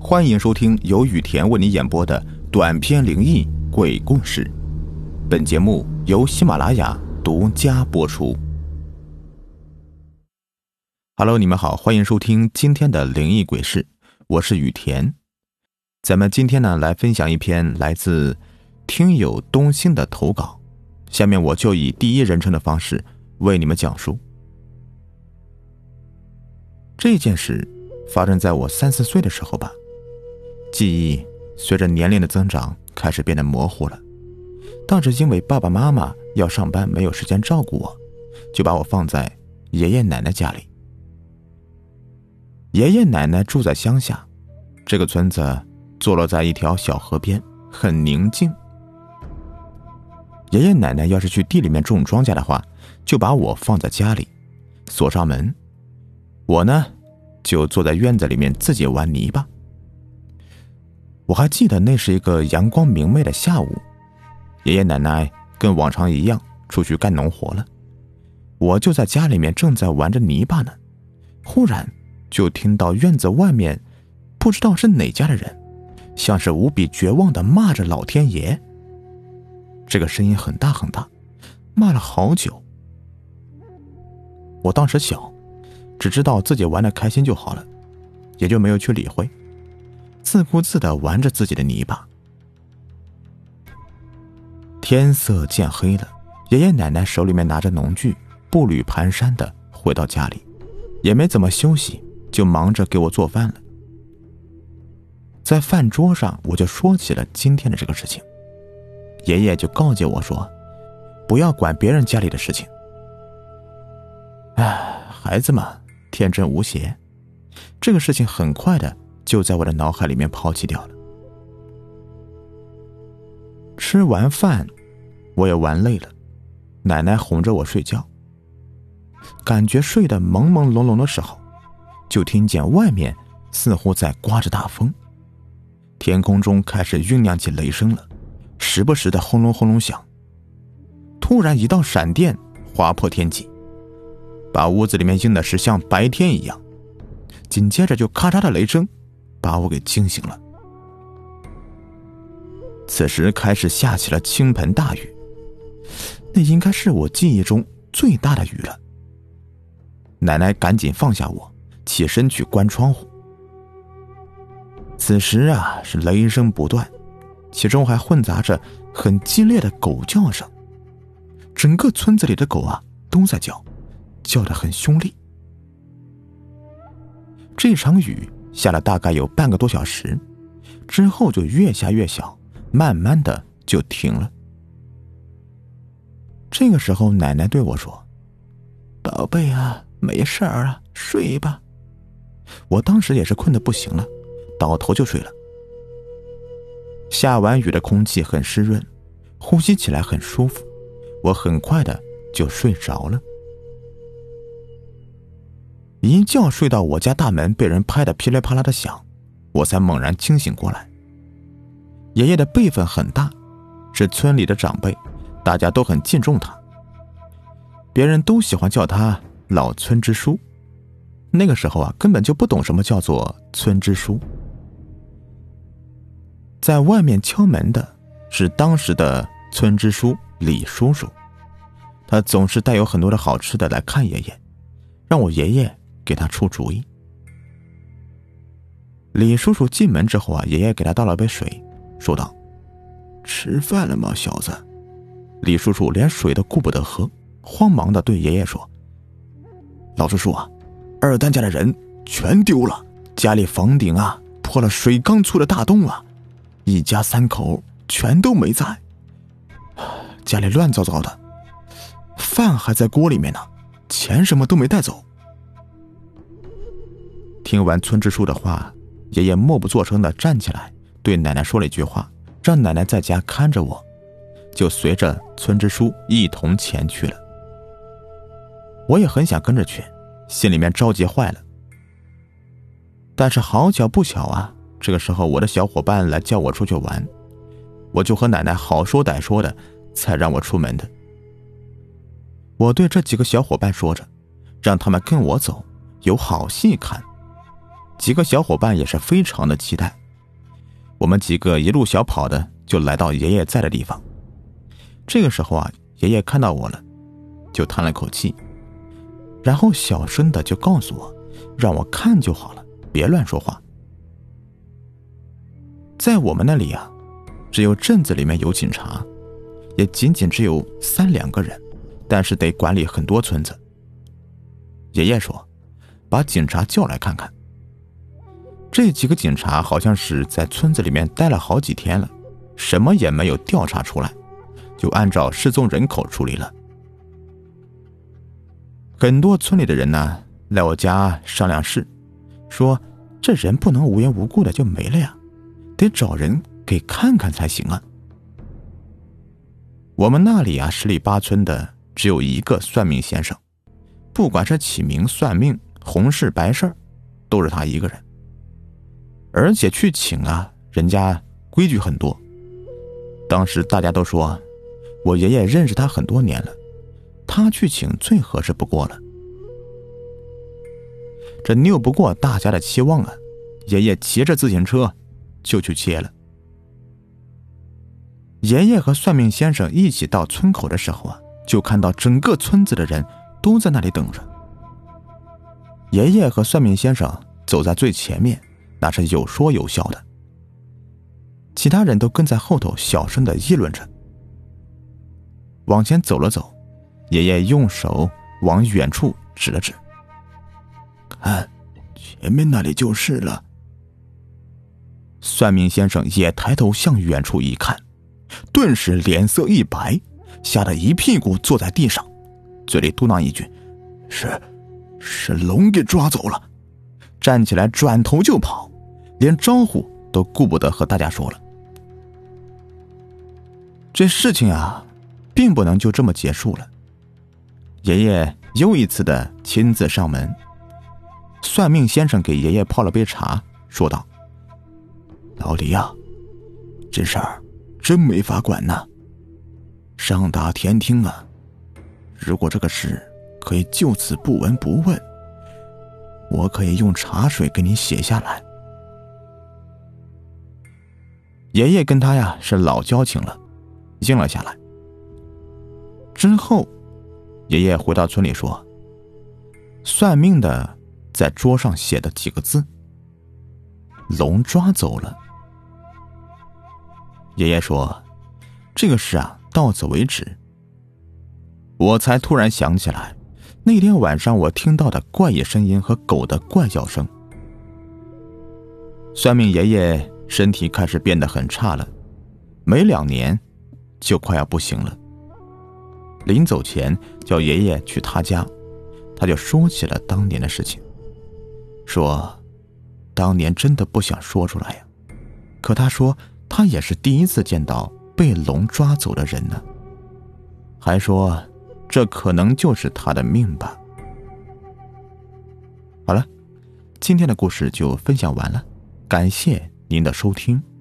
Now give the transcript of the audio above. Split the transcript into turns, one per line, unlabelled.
欢迎收听由雨田为你演播的短篇灵异鬼故事。本节目由喜马拉雅独家播出。Hello， 你们好，欢迎收听今天的灵异鬼事，我是雨田。咱们今天呢，来分享一篇来自听友东兴的投稿，下面我就以第一人称的方式为你们讲述。这件事发生在我3、4岁的时候吧，记忆随着年龄的增长开始变得模糊了。当时因为爸爸妈妈要上班，没有时间照顾我，就把我放在爷爷奶奶家里。爷爷奶奶住在乡下，这个村子坐落在一条小河边，很宁静。爷爷奶奶要是去地里面种庄稼的话，就把我放在家里，锁上门。我呢，就坐在院子里面自己玩泥巴。我还记得那是一个阳光明媚的下午，爷爷奶奶跟往常一样出去干农活了，我就在家里面正在玩着泥巴呢。忽然就听到院子外面不知道是哪家的人，像是无比绝望地骂着老天爷。这个声音很大很大，骂了好久。我当时小，只知道自己玩得开心就好了，也就没有去理会，自顾自地玩着自己的泥巴。天色渐黑了，爷爷奶奶手里面拿着农具，步履蹒跚地回到家里，也没怎么休息，就忙着给我做饭了。在饭桌上，我就说起了今天的这个事情，爷爷就告诫我说，不要管别人家里的事情。孩子嘛，天真无邪，这个事情很快的就在我的脑海里面抛弃掉了。吃完饭，我也玩累了，奶奶哄着我睡觉。感觉睡得朦朦胧胧的时候，就听见外面似乎在刮着大风，天空中开始酝酿起雷声了，时不时的轰隆轰隆响。突然一道闪电划破天际，把屋子里面映的是像白天一样，紧接着就咔嚓的雷声把我给惊醒了。此时开始下起了倾盆大雨，那应该是我记忆中最大的雨了。奶奶赶紧放下我，起身去关窗户。此时啊，是雷声不断，其中还混杂着很激烈的狗叫声。整个村子里的狗啊都在叫，叫得很凶厉。这场雨下了大概有半个多小时，之后就越下越小，慢慢的就停了。这个时候奶奶对我说，宝贝啊，没事儿啊，睡吧。我当时也是困得不行了，倒头就睡了。下完雨的空气很湿润，呼吸起来很舒服，我很快的就睡着了。一觉睡到我家大门被人拍得噼里啪啦的响，我才猛然清醒过来。爷爷的辈分很大，是村里的长辈，大家都很敬重他，别人都喜欢叫他老村支书。那个时候啊，根本就不懂什么叫做村支书。在外面敲门的是当时的村支书李叔叔，他总是带有很多的好吃的来看爷爷，让我爷爷给他出主意。李叔叔进门之后啊，爷爷给他倒了杯水，说道，吃饭了吗，小子？李叔叔连水都顾不得喝，慌忙的对爷爷说，老叔叔啊，二蛋家的人全丢了，家里房顶啊破了水缸粗的大洞啊，一家3口全都没在，家里乱糟糟的，饭还在锅里面呢，钱什么都没带走。听完村支书的话，爷爷默不作声地站起来，对奶奶说了一句话，让奶奶在家看着我，就随着村支书一同前去了。我也很想跟着去，心里面着急坏了。但是好巧不巧啊，这个时候我的小伙伴来叫我出去玩，我就和奶奶好说歹说的才让我出门的。我对这几个小伙伴说着，让他们跟我走，有好戏看。 几个小伙伴也是非常的期待。我们几个一路小跑的就来到爷爷在的地方。这个时候啊，爷爷看到我了，就叹了口气，然后小声的就告诉我，让我看就好了，别乱说话。在我们那里啊，只有镇子里面有警察，也仅仅只有3-2个人，但是得管理很多村子。爷爷说，把警察叫来看看。这几个警察好像是在村子里面待了好几天了，什么也没有调查出来，就按照失踪人口处理了。很多村里的人呢，来我家商量事，说这人不能无缘无故的就没了呀，得找人给看看才行啊。我们那里啊，10里8村的只有一个算命先生，不管是起名算命、红事白事都是他一个人。而且去请啊，人家规矩很多。当时大家都说，我爷爷认识他很多年了，他去请最合适不过了。这拗不过大家的期望啊，爷爷骑着自行车就去接了。爷爷和算命先生一起到村口的时候啊，就看到整个村子的人都在那里等着。爷爷和算命先生走在最前面，那是有说有笑的，其他人都跟在后头小声的议论着。往前走了走，爷爷用手往远处指了指，看，前面那里就是了。算命先生也抬头向远处一看，顿时脸色一白，吓得一屁股坐在地上，嘴里嘟囔一句，是龙给抓走了，站起来转头就跑，连招呼都顾不得和大家说了。这事情啊，并不能就这么结束了。爷爷又一次的亲自上门，算命先生给爷爷泡了杯茶，说道，老李啊，这事儿真没法管呐，上达天听啊，如果这个事可以就此不闻不问，我可以用茶水给你写下来。爷爷跟他呀是老交情了，应了下来。之后爷爷回到村里说，算命的在桌上写的几个字，龙抓走了。爷爷说，这个事啊到此为止。我才突然想起来，那天晚上我听到的怪异声音和狗的怪叫声。算命爷爷身体开始变得很差了，没2年就快要不行了。临走前叫爷爷去他家，他就说起了当年的事情，说当年真的不想说出来呀，可他说他也是第一次见到被龙抓走的人呢，还说这可能就是他的命吧。好了，今天的故事就分享完了，感谢您的收听。